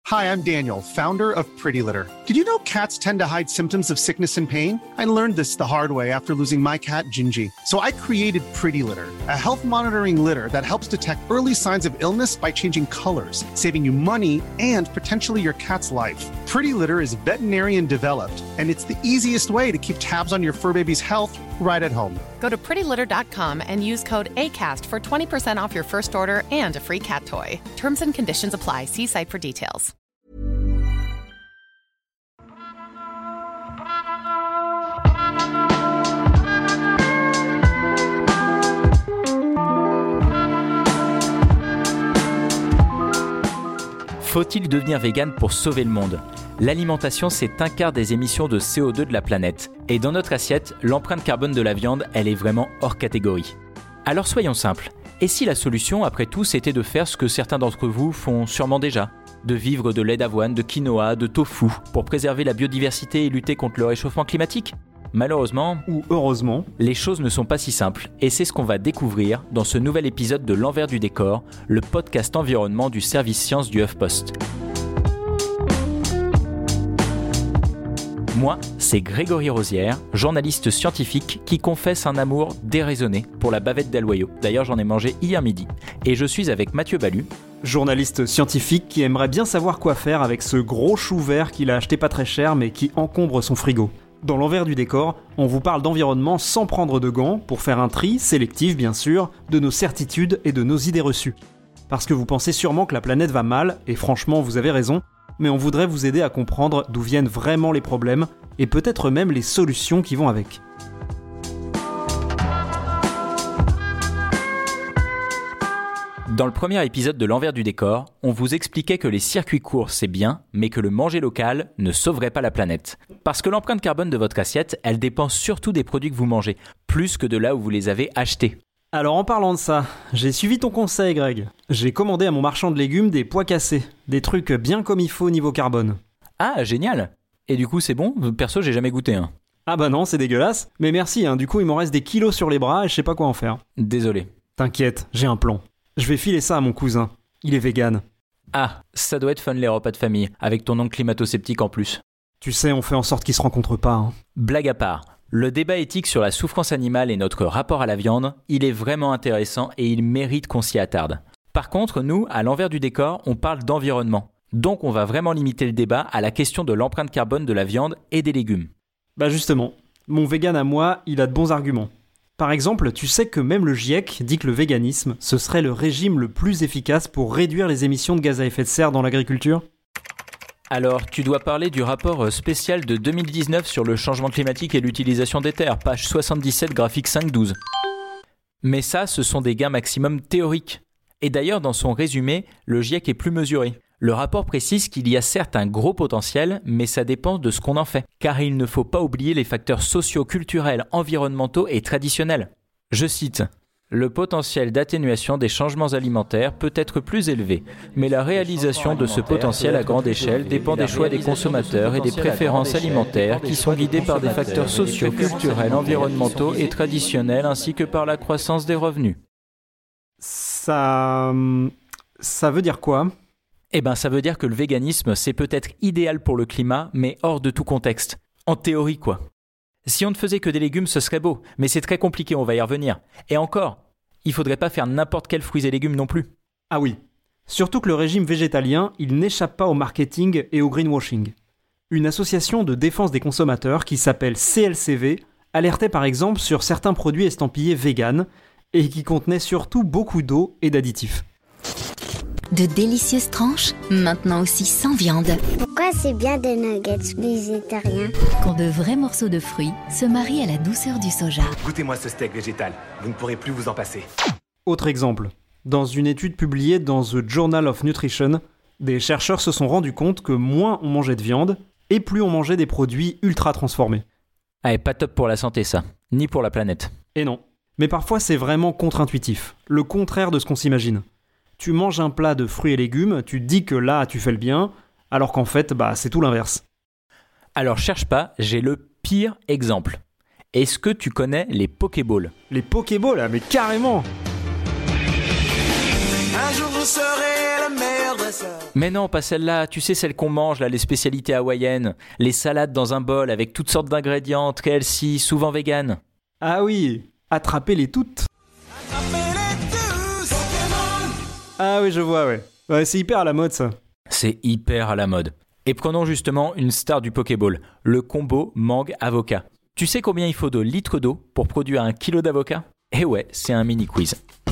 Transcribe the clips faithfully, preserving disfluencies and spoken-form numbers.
Hi, I'm Daniel, founder of Pretty Litter. Did you know cats tend to hide symptoms of sickness and pain? I learned this the hard way after losing my cat, Gingy. So I created Pretty Litter, a health monitoring litter that helps detect early signs of illness by changing colors, saving you money and potentially your cat's life. Pretty Litter is veterinarian developed, and it's the easiest way to keep tabs on your fur baby's health right at home. Go to pretty litter dot com and use code ACAST for twenty percent off your first order and a free cat toy. Terms and conditions apply. See site for details. Faut-il devenir vegan pour sauver le monde ? L'alimentation, c'est un quart des émissions de C O deux de la planète. Et dans notre assiette, l'empreinte carbone de la viande, elle est vraiment hors catégorie. Alors soyons simples. Et si la solution, après tout, c'était de faire ce que certains d'entre vous font sûrement déjà ? De vivre de lait d'avoine, de quinoa, de tofu, pour préserver la biodiversité et lutter contre le réchauffement climatique ? Malheureusement, ou heureusement, les choses ne sont pas si simples, et c'est ce qu'on va découvrir dans ce nouvel épisode de L'Envers du décor, le podcast environnement du service sciences du HuffPost. Moi, c'est Grégory Rosière, journaliste scientifique qui confesse un amour déraisonné pour la bavette d'Aloyau. D'ailleurs, j'en ai mangé hier midi. Et je suis avec Mathieu Balu, journaliste scientifique qui aimerait bien savoir quoi faire avec ce gros chou vert qu'il a acheté pas très cher mais qui encombre son frigo. Dans l'envers du décor, on vous parle d'environnement sans prendre de gants pour faire un tri, sélectif bien sûr, de nos certitudes et de nos idées reçues. Parce que vous pensez sûrement que la planète va mal, et franchement vous avez raison, mais on voudrait vous aider à comprendre d'où viennent vraiment les problèmes, et peut-être même les solutions qui vont avec. Dans le premier épisode de L'Envers du décor, on vous expliquait que les circuits courts c'est bien, mais que le manger local ne sauverait pas la planète. Parce que l'empreinte carbone de votre assiette, elle dépend surtout des produits que vous mangez, plus que de là où vous les avez achetés. Alors en parlant de ça, j'ai suivi ton conseil Greg. J'ai commandé à mon marchand de légumes des pois cassés, des trucs bien comme il faut niveau carbone. Ah, génial! Et du coup c'est bon? Perso j'ai jamais goûté un. Hein. Ah bah non, c'est dégueulasse, mais merci, hein. Du coup il m'en reste des kilos sur les bras et je sais pas quoi en faire. Désolé. T'inquiète, j'ai un plan. Je vais filer ça à mon cousin. Il est vegan. Ah, ça doit être fun les repas de famille, avec ton oncle climato-sceptique en plus. Tu sais, on fait en sorte qu'ils se rencontrent pas. Hein. Blague à part, le débat éthique sur la souffrance animale et notre rapport à la viande, il est vraiment intéressant et il mérite qu'on s'y attarde. Par contre, nous, à l'envers du décor, on parle d'environnement. Donc on va vraiment limiter le débat à la question de l'empreinte carbone de la viande et des légumes. Bah justement, mon vegan à moi, il a de bons arguments. Par exemple, tu sais que même le GIEC dit que le véganisme, ce serait le régime le plus efficace pour réduire les émissions de gaz à effet de serre dans l'agriculture ? Alors, tu dois parler du rapport spécial de deux mille dix-neuf sur le changement climatique et l'utilisation des terres, page soixante-dix-sept, graphique cinq douze. Mais ça, ce sont des gains maximum théoriques. Et d'ailleurs, dans son résumé, le GIEC est plus mesuré. Le rapport précise qu'il y a certes un gros potentiel, mais ça dépend de ce qu'on en fait. Car il ne faut pas oublier les facteurs sociaux, culturels, environnementaux et traditionnels. Je cite « Le potentiel d'atténuation des changements alimentaires peut être plus élevé, mais la réalisation de ce potentiel à grande échelle dépend des choix des consommateurs et des préférences alimentaires qui sont guidées par des facteurs sociaux, culturels, environnementaux et traditionnels ainsi que par la croissance des revenus. » Ça... ça veut dire quoi ? Eh ben, ça veut dire que le véganisme, c'est peut-être idéal pour le climat, mais hors de tout contexte. En théorie, quoi. Si on ne faisait que des légumes, ce serait beau, mais c'est très compliqué, on va y revenir. Et encore, il faudrait pas faire n'importe quel fruits et légumes non plus. Ah oui. Surtout que le régime végétalien, il n'échappe pas au marketing et au greenwashing. Une association de défense des consommateurs qui s'appelle C L C V alertait par exemple sur certains produits estampillés vegan et qui contenaient surtout beaucoup d'eau et d'additifs. De délicieuses tranches, maintenant aussi sans viande. Pourquoi c'est bien des nuggets végétariens ? Quand de vrais morceaux de fruits se marient à la douceur du soja. Goûtez-moi ce steak végétal, vous ne pourrez plus vous en passer. Autre exemple, dans une étude publiée dans The Journal of Nutrition, des chercheurs se sont rendus compte que moins on mangeait de viande, et plus on mangeait des produits ultra transformés. Ah, et pas top pour la santé ça, ni pour la planète. Et non, mais parfois c'est vraiment contre-intuitif, le contraire de ce qu'on s'imagine. Tu manges un plat de fruits et légumes, tu te dis que là, tu fais le bien, alors qu'en fait, bah, c'est tout l'inverse. Alors cherche pas, j'ai le pire exemple. Est-ce que tu connais les Pokéballs ? Les Pokéballs, ah, mais carrément ! Un jour vous serez le meilleur de Mais non, pas celle-là, tu sais celle qu'on mange, là, les spécialités hawaïennes. Les salades dans un bol avec toutes sortes d'ingrédients, très healthy, souvent vegan. Ah oui, attrapez-les toutes. Ah oui, je vois, ouais. Ouais, c'est hyper à la mode, ça. C'est hyper à la mode. Et prenons justement une star du Pokéball, le combo mangue-avocat. Tu sais combien il faut de litres d'eau pour produire un kilo d'avocat ? Eh ouais, c'est un mini-quiz.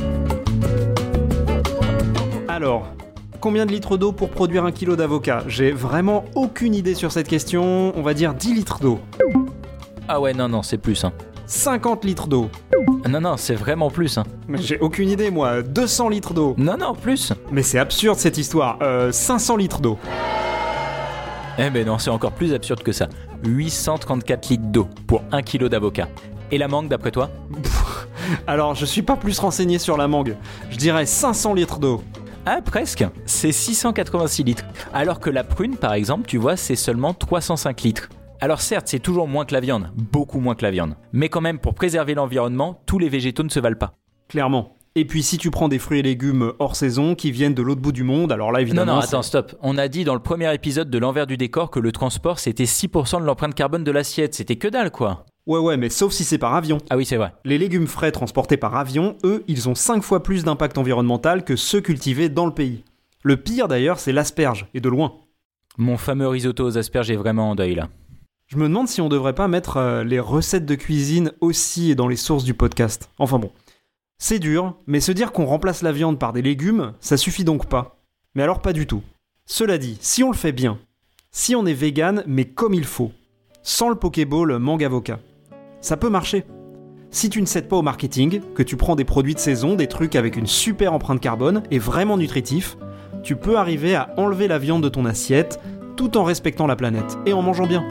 Alors, combien de litres d'eau pour produire un kilo d'avocat ? J'ai vraiment aucune idée sur cette question, on va dire dix litres d'eau. Ah ouais, non, non, c'est plus, hein. cinquante litres d'eau. Non, non, c'est vraiment plus, hein. Mais j'ai aucune idée, moi, deux cents litres d'eau. Non, non, plus. Mais c'est absurde cette histoire, euh, cinq cents litres d'eau. Eh ben non, c'est encore plus absurde que ça. huit cent trente-quatre litres d'eau pour un kilo d'avocat. Et la mangue, d'après toi ? Alors, je suis pas plus renseigné sur la mangue. Je dirais cinq cents litres d'eau. Ah, presque. C'est six cent quatre-vingt-six litres. Alors que la prune, par exemple, tu vois, c'est seulement trois cent cinq litres. Alors certes, c'est toujours moins que la viande, beaucoup moins que la viande. Mais quand même, pour préserver l'environnement, tous les végétaux ne se valent pas. Clairement. Et puis si tu prends des fruits et légumes hors saison qui viennent de l'autre bout du monde, alors là évidemment... Non, non, c'est... attends, stop. On a dit dans le premier épisode de l'envers du décor que le transport c'était six pour cent de l'empreinte carbone de l'assiette. C'était que dalle, quoi. Ouais, ouais, mais sauf si c'est par avion. Ah oui, c'est vrai. Les légumes frais transportés par avion, eux, ils ont cinq fois plus d'impact environnemental que ceux cultivés dans le pays. Le pire d'ailleurs, c'est l'asperge, et de loin. Mon fameux risotto aux asperges est vraiment en deuil, là. Je me demande si on devrait pas mettre euh, les recettes de cuisine aussi dans les sources du podcast. Enfin bon. C'est dur, mais se dire qu'on remplace la viande par des légumes, ça suffit donc pas. Mais alors pas du tout. Cela dit, si on le fait bien, si on est vegan, mais comme il faut, sans le Pokéball mangue avocat, ça peut marcher. Si tu ne cèdes pas au marketing, que tu prends des produits de saison, des trucs avec une super empreinte carbone et vraiment nutritifs, tu peux arriver à enlever la viande de ton assiette tout en respectant la planète et en mangeant bien.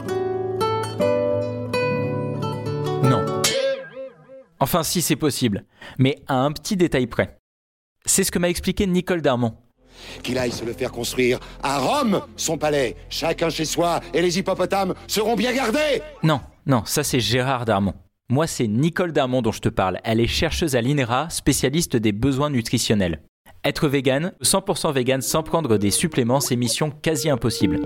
Non. Enfin, si c'est possible, mais à un petit détail près. C'est ce que m'a expliqué Nicole Darmon. Qu'il aille se le faire construire à Rome, son palais, chacun chez soi, et les hippopotames seront bien gardés. Non, non, ça c'est Gérard Darmon. Moi, c'est Nicole Darmon dont je te parle. Elle est chercheuse à l'I N R A, spécialiste des besoins nutritionnels. Être vegan, cent pour cent vegan sans prendre des suppléments, c'est mission quasi impossible.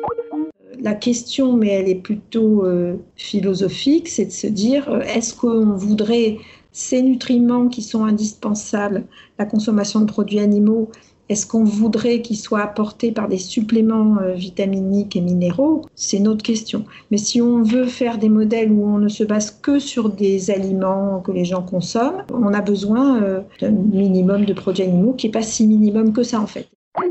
La question, mais elle est plutôt euh, philosophique, c'est de se dire, euh, est-ce qu'on voudrait ces nutriments qui sont indispensables, la consommation de produits animaux, est-ce qu'on voudrait qu'ils soient apportés par des suppléments euh, vitaminiques et minéraux ? C'est une autre question. Mais si on veut faire des modèles où on ne se base que sur des aliments que les gens consomment, on a besoin euh, d'un minimum de produits animaux qui n'est pas si minimum que ça en fait.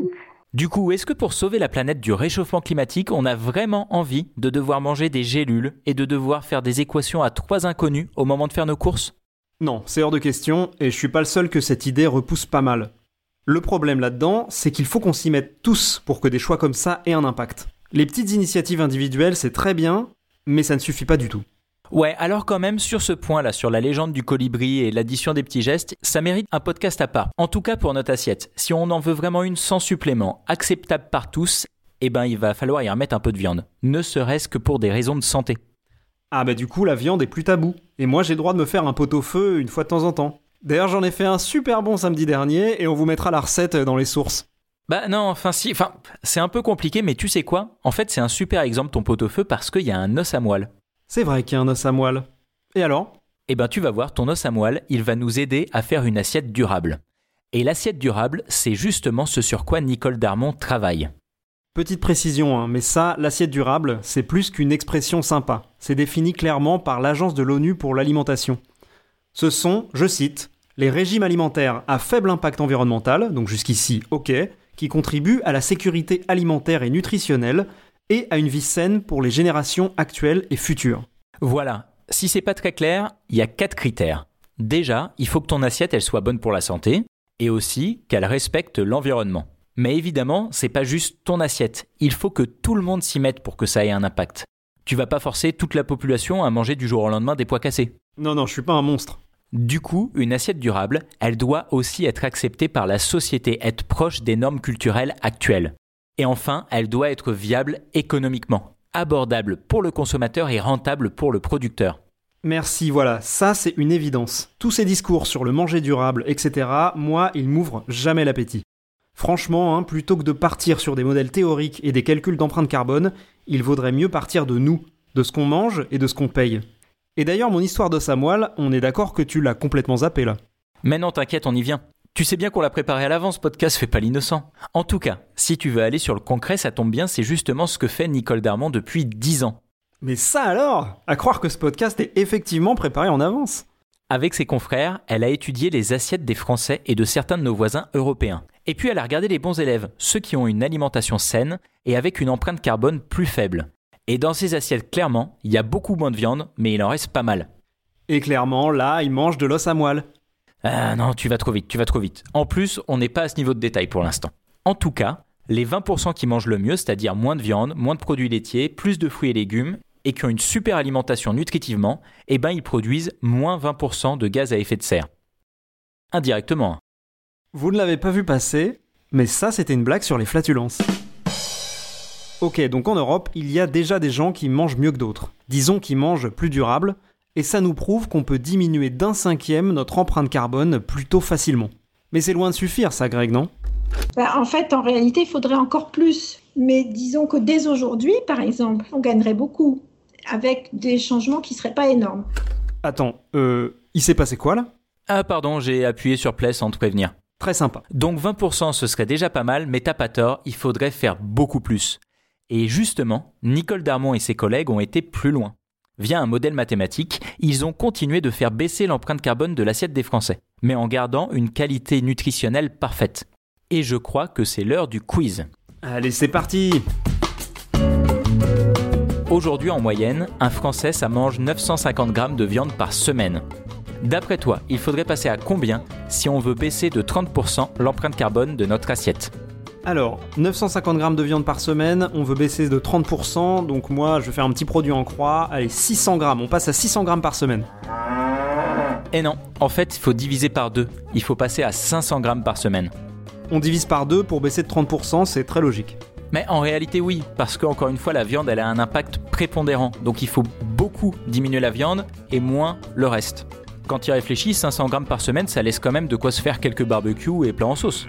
Du coup, est-ce que pour sauver la planète du réchauffement climatique, on a vraiment envie de devoir manger des gélules et de devoir faire des équations à trois inconnus au moment de faire nos courses ? Non, c'est hors de question, et je suis pas le seul que cette idée repousse pas mal. Le problème là-dedans, c'est qu'il faut qu'on s'y mette tous pour que des choix comme ça aient un impact. Les petites initiatives individuelles, c'est très bien, mais ça ne suffit pas du tout. Ouais, alors quand même, sur ce point-là, sur la légende du colibri et l'addition des petits gestes, ça mérite un podcast à part. En tout cas pour notre assiette. Si on en veut vraiment une sans supplément, acceptable par tous, eh ben il va falloir y remettre un peu de viande. Ne serait-ce que pour des raisons de santé. Ah bah du coup, la viande est plus tabou. Et moi, j'ai le droit de me faire un pot-au-feu une fois de temps en temps. D'ailleurs, j'en ai fait un super bon samedi dernier, et on vous mettra la recette dans les sources. Bah non, enfin si, enfin, c'est un peu compliqué, mais tu sais quoi ? En fait, c'est un super exemple ton pot-au-feu parce qu'il y a un os à moelle. C'est vrai qu'il y a un os à moelle. Et alors ? Eh ben tu vas voir, ton os à moelle, il va nous aider à faire une assiette durable. Et l'assiette durable, c'est justement ce sur quoi Nicole Darmon travaille. Petite précision, hein, mais ça, l'assiette durable, c'est plus qu'une expression sympa. C'est défini clairement par l'Agence de l'ONU pour l'alimentation. Ce sont, je cite, les régimes alimentaires à faible impact environnemental, donc jusqu'ici ok, qui contribuent à la sécurité alimentaire et nutritionnelle et à une vie saine pour les générations actuelles et futures. Voilà, si c'est pas très clair, il y a quatre critères. Déjà, il faut que ton assiette elle soit bonne pour la santé et aussi qu'elle respecte l'environnement. Mais évidemment, c'est pas juste ton assiette, il faut que tout le monde s'y mette pour que ça ait un impact. Tu vas pas forcer toute la population à manger du jour au lendemain des pois cassés. Non, non, je suis pas un monstre. Du coup, une assiette durable, elle doit aussi être acceptée par la société, être proche des normes culturelles actuelles. Et enfin, elle doit être viable économiquement, abordable pour le consommateur et rentable pour le producteur. Merci, voilà, ça c'est une évidence. Tous ces discours sur le manger durable, et cetera, moi, ils m'ouvrent jamais l'appétit. Franchement, hein, plutôt que de partir sur des modèles théoriques et des calculs d'empreinte carbone, il vaudrait mieux partir de nous, de ce qu'on mange et de ce qu'on paye. Et d'ailleurs, mon histoire d'os à moelle, on est d'accord que tu l'as complètement zappé là. Mais non, t'inquiète, on y vient. Tu sais bien qu'on l'a préparé à l'avance, podcast fait pas l'innocent. En tout cas, si tu veux aller sur le concret, ça tombe bien, c'est justement ce que fait Nicole Darmon depuis dix ans. Mais ça alors ? À croire que ce podcast est effectivement préparé en avance. Avec ses confrères, elle a étudié les assiettes des Français et de certains de nos voisins européens. Et puis elle a regardé les bons élèves, ceux qui ont une alimentation saine et avec une empreinte carbone plus faible. Et dans ces assiettes, clairement, il y a beaucoup moins de viande, mais il en reste pas mal. Et clairement, là, ils mangent de l'os à moelle. Ah non, tu vas trop vite, tu vas trop vite. En plus, on n'est pas à ce niveau de détail pour l'instant. En tout cas, les vingt pour cent qui mangent le mieux, c'est-à-dire moins de viande, moins de produits laitiers, plus de fruits et légumes, et qui ont une super alimentation nutritivement, eh ben ils produisent moins vingt pour cent de gaz à effet de serre. Indirectement. Vous ne l'avez pas vu passer, mais ça c'était une blague sur les flatulences. Ok, donc en Europe, il y a déjà des gens qui mangent mieux que d'autres. Disons qu'ils mangent plus durable, et ça nous prouve qu'on peut diminuer d'un cinquième notre empreinte carbone plutôt facilement. Mais c'est loin de suffire ça, Greg, non ? Bah, en fait, en réalité, il faudrait encore plus. Mais disons que dès aujourd'hui, par exemple, on gagnerait beaucoup, avec des changements qui ne seraient pas énormes. Attends, euh, il s'est passé quoi là ? Ah pardon, j'ai appuyé sur play sans te prévenir. Très sympa. Donc vingt pour cent ce serait déjà pas mal, mais t'as pas tort, il faudrait faire beaucoup plus. Et justement, Nicole Darmon et ses collègues ont été plus loin. Via un modèle mathématique, ils ont continué de faire baisser l'empreinte carbone de l'assiette des Français, mais en gardant une qualité nutritionnelle parfaite. Et je crois que c'est l'heure du quiz. Allez, c'est parti ! Aujourd'hui, en moyenne, un Français, ça mange neuf cent cinquante grammes de viande par semaine. D'après toi, il faudrait passer à combien si on veut baisser de trente pour cent l'empreinte carbone de notre assiette ? Alors, neuf cent cinquante grammes de viande par semaine, on veut baisser de trente pour cent, donc moi je vais faire un petit produit en croix, allez, six cents grammes, on passe à six cents grammes par semaine. Et non, en fait, il faut diviser par deux, il faut passer à cinq cents grammes par semaine. On divise par deux pour baisser de trente pour cent, c'est très logique. Mais en réalité oui, parce qu'encore une fois, la viande elle a un impact prépondérant, donc il faut beaucoup diminuer la viande et moins le reste. Quand tu y réfléchis, cinq cents grammes par semaine, ça laisse quand même de quoi se faire quelques barbecues et plats en sauce.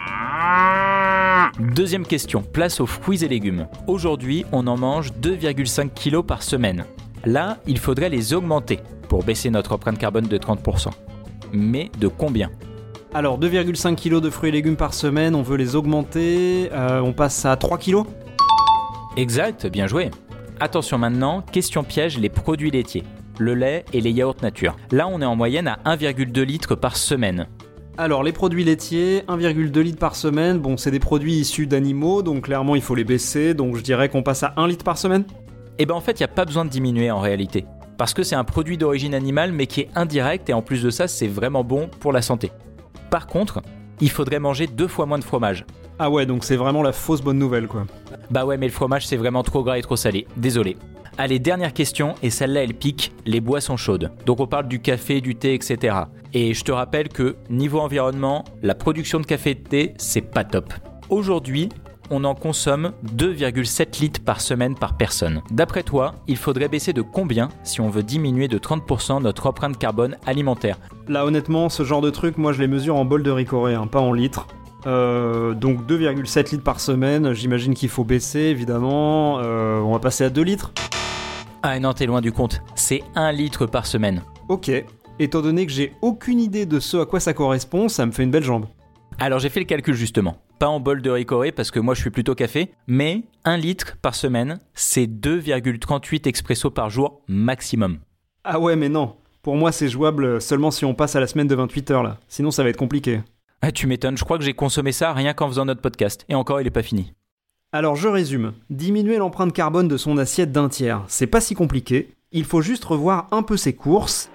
Deuxième question, place aux fruits et légumes. Aujourd'hui, on en mange deux virgule cinq kilos par semaine. Là, il faudrait les augmenter pour baisser notre empreinte carbone de trente pour cent. Mais de combien ? Alors, deux virgule cinq kilos de fruits et légumes par semaine, on veut les augmenter, euh, on passe à trois kilos ? Exact, bien joué. Attention maintenant, question piège, les produits laitiers. Le lait et les yaourts nature. Là, on est en moyenne à un virgule deux litres par semaine. Alors, les produits laitiers, un virgule deux litres par semaine, bon, c'est des produits issus d'animaux, donc clairement, il faut les baisser, donc je dirais qu'on passe à un litre par semaine ? Eh ben en fait, il n'y a pas besoin de diminuer en réalité. Parce que c'est un produit d'origine animale, mais qui est indirect, et en plus de ça, c'est vraiment bon pour la santé. Par contre, il faudrait manger deux fois moins de fromage. Ah ouais, donc c'est vraiment la fausse bonne nouvelle, quoi. Bah ouais, mais le fromage, c'est vraiment trop gras et trop salé. Désolé. Allez, dernière question, et celle-là, elle pique, les boissons chaudes. Donc on parle du café, du thé, et cetera. Et je te rappelle que, niveau environnement, la production de café et de thé, c'est pas top. Aujourd'hui, on en consomme deux virgule sept litres par semaine par personne. D'après toi, il faudrait baisser de combien si on veut diminuer de trente pour cent notre empreinte carbone alimentaire ? Là, honnêtement, ce genre de truc, moi, je les mesure en bol de ricoré, hein, pas en litres. Euh, donc deux virgule sept litres par semaine, j'imagine qu'il faut baisser, évidemment. Euh, on va passer à deux litres. Ah non, t'es loin du compte. C'est un litre par semaine. Ok. Étant donné que j'ai aucune idée de ce à quoi ça correspond, ça me fait une belle jambe. Alors j'ai fait le calcul justement. Pas en bol de ricoré parce que moi je suis plutôt café, mais un litre par semaine, c'est deux virgule trente-huit expresso par jour maximum. Ah ouais, mais non. Pour moi, c'est jouable seulement si on passe à la semaine de vingt-huit heures là. Sinon, ça va être compliqué. Ah, tu m'étonnes, je crois que j'ai consommé ça rien qu'en faisant notre podcast. Et encore, il est pas fini. Alors je résume. Diminuer l'empreinte carbone de son assiette d'un tiers, c'est pas si compliqué. Il faut juste revoir un peu ses courses,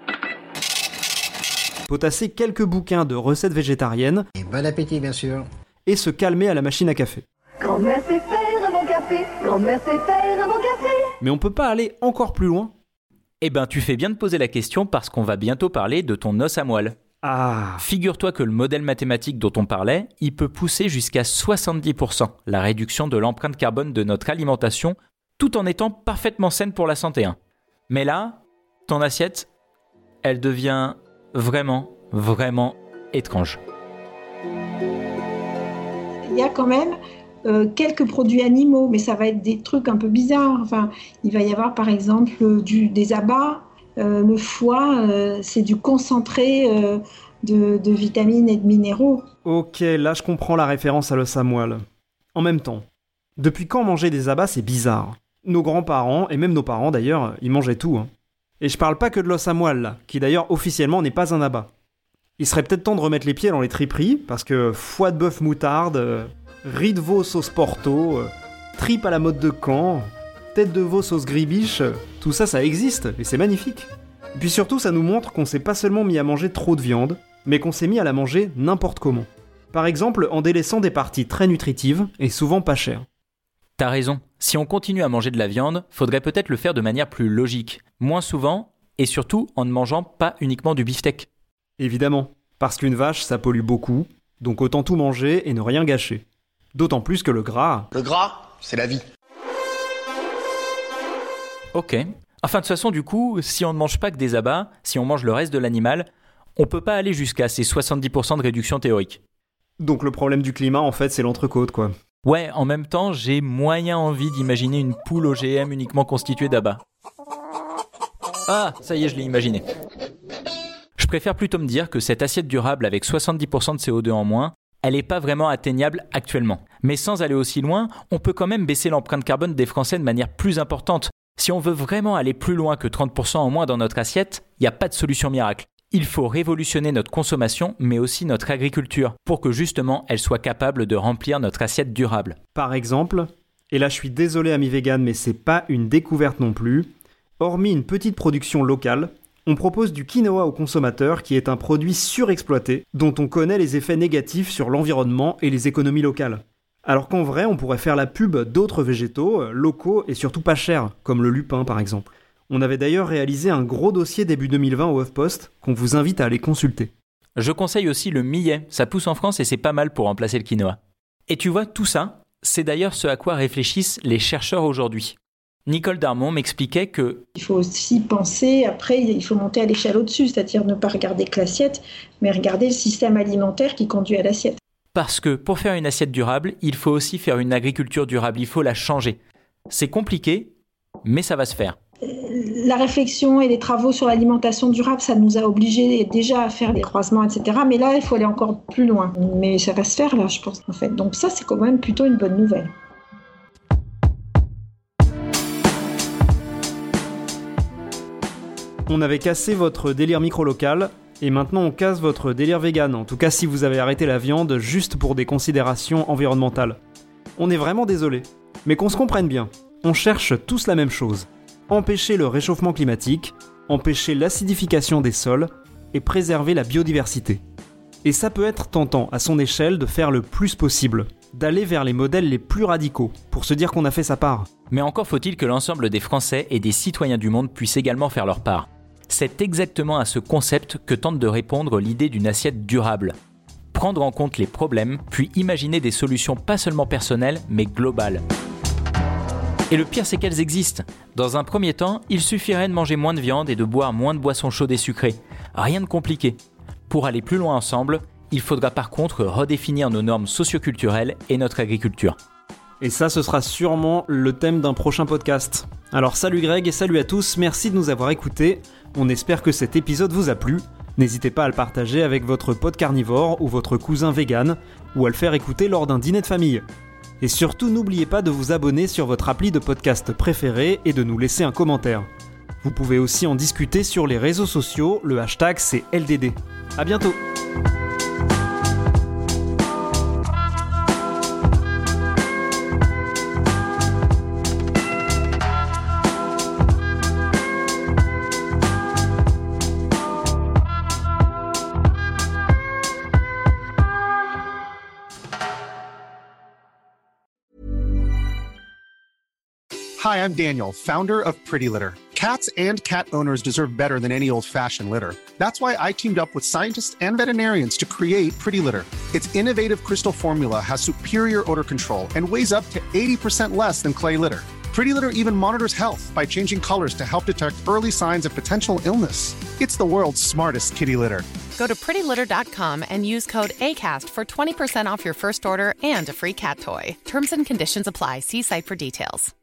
potasser quelques bouquins de recettes végétariennes. Et bon appétit, bien sûr. Et se calmer à la machine à café. Grand-mère sait faire un bon café, grand-mère sait faire un bon café. Mais on peut pas aller encore plus loin ? Eh ben, tu fais bien de poser la question parce qu'on va bientôt parler de ton os à moelle. Ah. Figure-toi que le modèle mathématique dont on parlait, il peut pousser jusqu'à soixante-dix pour cent la réduction de l'empreinte carbone de notre alimentation, tout en étant parfaitement saine pour la santé. Hein. Mais là, ton assiette, elle devient vraiment, vraiment étrange. il y a quand même euh, quelques produits animaux, mais ça va être des trucs un peu bizarres. Enfin, il va y avoir par exemple du, des abats, euh, le foie, euh, c'est du concentré euh, de, de vitamines et de minéraux. Ok, là je comprends la référence à l'os à moelle. En même temps, depuis quand manger des abats c'est bizarre ? Nos grands-parents, et même nos parents d'ailleurs, ils mangeaient tout. Hein. Et je parle pas que de l'os à moelle là, qui d'ailleurs officiellement n'est pas un abat. Il serait peut-être temps de remettre les pieds dans les triperies, parce que foie de bœuf moutarde, euh, riz de veau sauce porto, euh, tripes à la mode de Caen, tête de veau sauce gribiche, euh, tout ça ça existe, et c'est magnifique. Et puis surtout ça nous montre qu'on s'est pas seulement mis à manger trop de viande, mais qu'on s'est mis à la manger n'importe comment. Par exemple en délaissant des parties très nutritives, et souvent pas chères. T'as raison, si on continue à manger de la viande, faudrait peut-être le faire de manière plus logique, moins souvent, et surtout en ne mangeant pas uniquement du beefsteak. Évidemment, parce qu'une vache ça pollue beaucoup, donc autant tout manger et ne rien gâcher. D'autant plus que le gras... Le gras, c'est la vie. Ok. Enfin de toute façon du coup, si on ne mange pas que des abats, si on mange le reste de l'animal, on peut pas aller jusqu'à ces soixante-dix pour cent de réduction théorique. Donc le problème du climat en fait c'est l'entrecôte quoi. Ouais, en même temps, j'ai moyen envie d'imaginer une poule O G M uniquement constituée d'abats. Ah, ça y est, je l'ai imaginé. Je préfère plutôt me dire que cette assiette durable avec soixante-dix pour cent de C O deux en moins, elle n'est pas vraiment atteignable actuellement. Mais sans aller aussi loin, on peut quand même baisser l'empreinte carbone des Français de manière plus importante. Si on veut vraiment aller plus loin que trente pour cent en moins dans notre assiette, il n'y a pas de solution miracle. Il faut révolutionner notre consommation, mais aussi notre agriculture, pour que justement elle soit capable de remplir notre assiette durable. Par exemple, et là je suis désolé amis véganes, mais c'est pas une découverte non plus, hormis une petite production locale, on propose du quinoa aux consommateurs qui est un produit surexploité, dont on connaît les effets négatifs sur l'environnement et les économies locales. Alors qu'en vrai, on pourrait faire la pub d'autres végétaux, locaux et surtout pas chers, comme le lupin par exemple. On avait d'ailleurs réalisé un gros dossier début deux mille vingt au HuffPost qu'on vous invite à aller consulter. Je conseille aussi le millet, ça pousse en France et c'est pas mal pour remplacer le quinoa. Et tu vois, tout ça, c'est d'ailleurs ce à quoi réfléchissent les chercheurs aujourd'hui. Nicole Darmon m'expliquait que... Il faut aussi penser, après, il faut monter à l'échelle au-dessus, c'est-à-dire ne pas regarder que l'assiette, mais regarder le système alimentaire qui conduit à l'assiette. Parce que pour faire une assiette durable, il faut aussi faire une agriculture durable, il faut la changer. C'est compliqué, mais ça va se faire. La réflexion et les travaux sur l'alimentation durable, ça nous a obligés déjà à faire des croisements, et cetera. Mais là, il faut aller encore plus loin. Mais ça va se faire là, je pense, en fait. Donc ça, c'est quand même plutôt une bonne nouvelle. On avait cassé votre délire micro-local, et maintenant on casse votre délire vegan, en tout cas si vous avez arrêté la viande juste pour des considérations environnementales. On est vraiment désolé, mais qu'on se comprenne bien, on cherche tous la même chose. Empêcher le réchauffement climatique, empêcher l'acidification des sols et préserver la biodiversité. Et ça peut être tentant à son échelle de faire le plus possible, d'aller vers les modèles les plus radicaux, pour se dire qu'on a fait sa part. Mais encore faut-il que l'ensemble des Français et des citoyens du monde puissent également faire leur part. C'est exactement à ce concept que tente de répondre l'idée d'une assiette durable. Prendre en compte les problèmes, puis imaginer des solutions pas seulement personnelles, mais globales. Et le pire, c'est qu'elles existent. Dans un premier temps, il suffirait de manger moins de viande et de boire moins de boissons chaudes et sucrées. Rien de compliqué. Pour aller plus loin ensemble, il faudra par contre redéfinir nos normes socioculturelles et notre agriculture. Et ça, ce sera sûrement le thème d'un prochain podcast. Alors salut Greg et salut à tous, merci de nous avoir écoutés. On espère que cet épisode vous a plu. N'hésitez pas à le partager avec votre pote carnivore ou votre cousin vegan, ou à le faire écouter lors d'un dîner de famille. Et surtout, n'oubliez pas de vous abonner sur votre appli de podcast préféré et de nous laisser un commentaire. Vous pouvez aussi en discuter sur les réseaux sociaux, le hashtag c'est L D D. À bientôt. Hi, I'm Daniel, founder of Pretty Litter. Cats and cat owners deserve better than any old-fashioned litter. That's why I teamed up with scientists and veterinarians to create Pretty Litter. Its innovative crystal formula has superior odor control and weighs up to eighty percent less than clay litter. Pretty Litter even monitors health by changing colors to help detect early signs of potential illness. It's the world's smartest kitty litter. Go to pretty litter dot com and use code ACAST for twenty percent off your first order and a free cat toy. Terms and conditions apply. See site for details.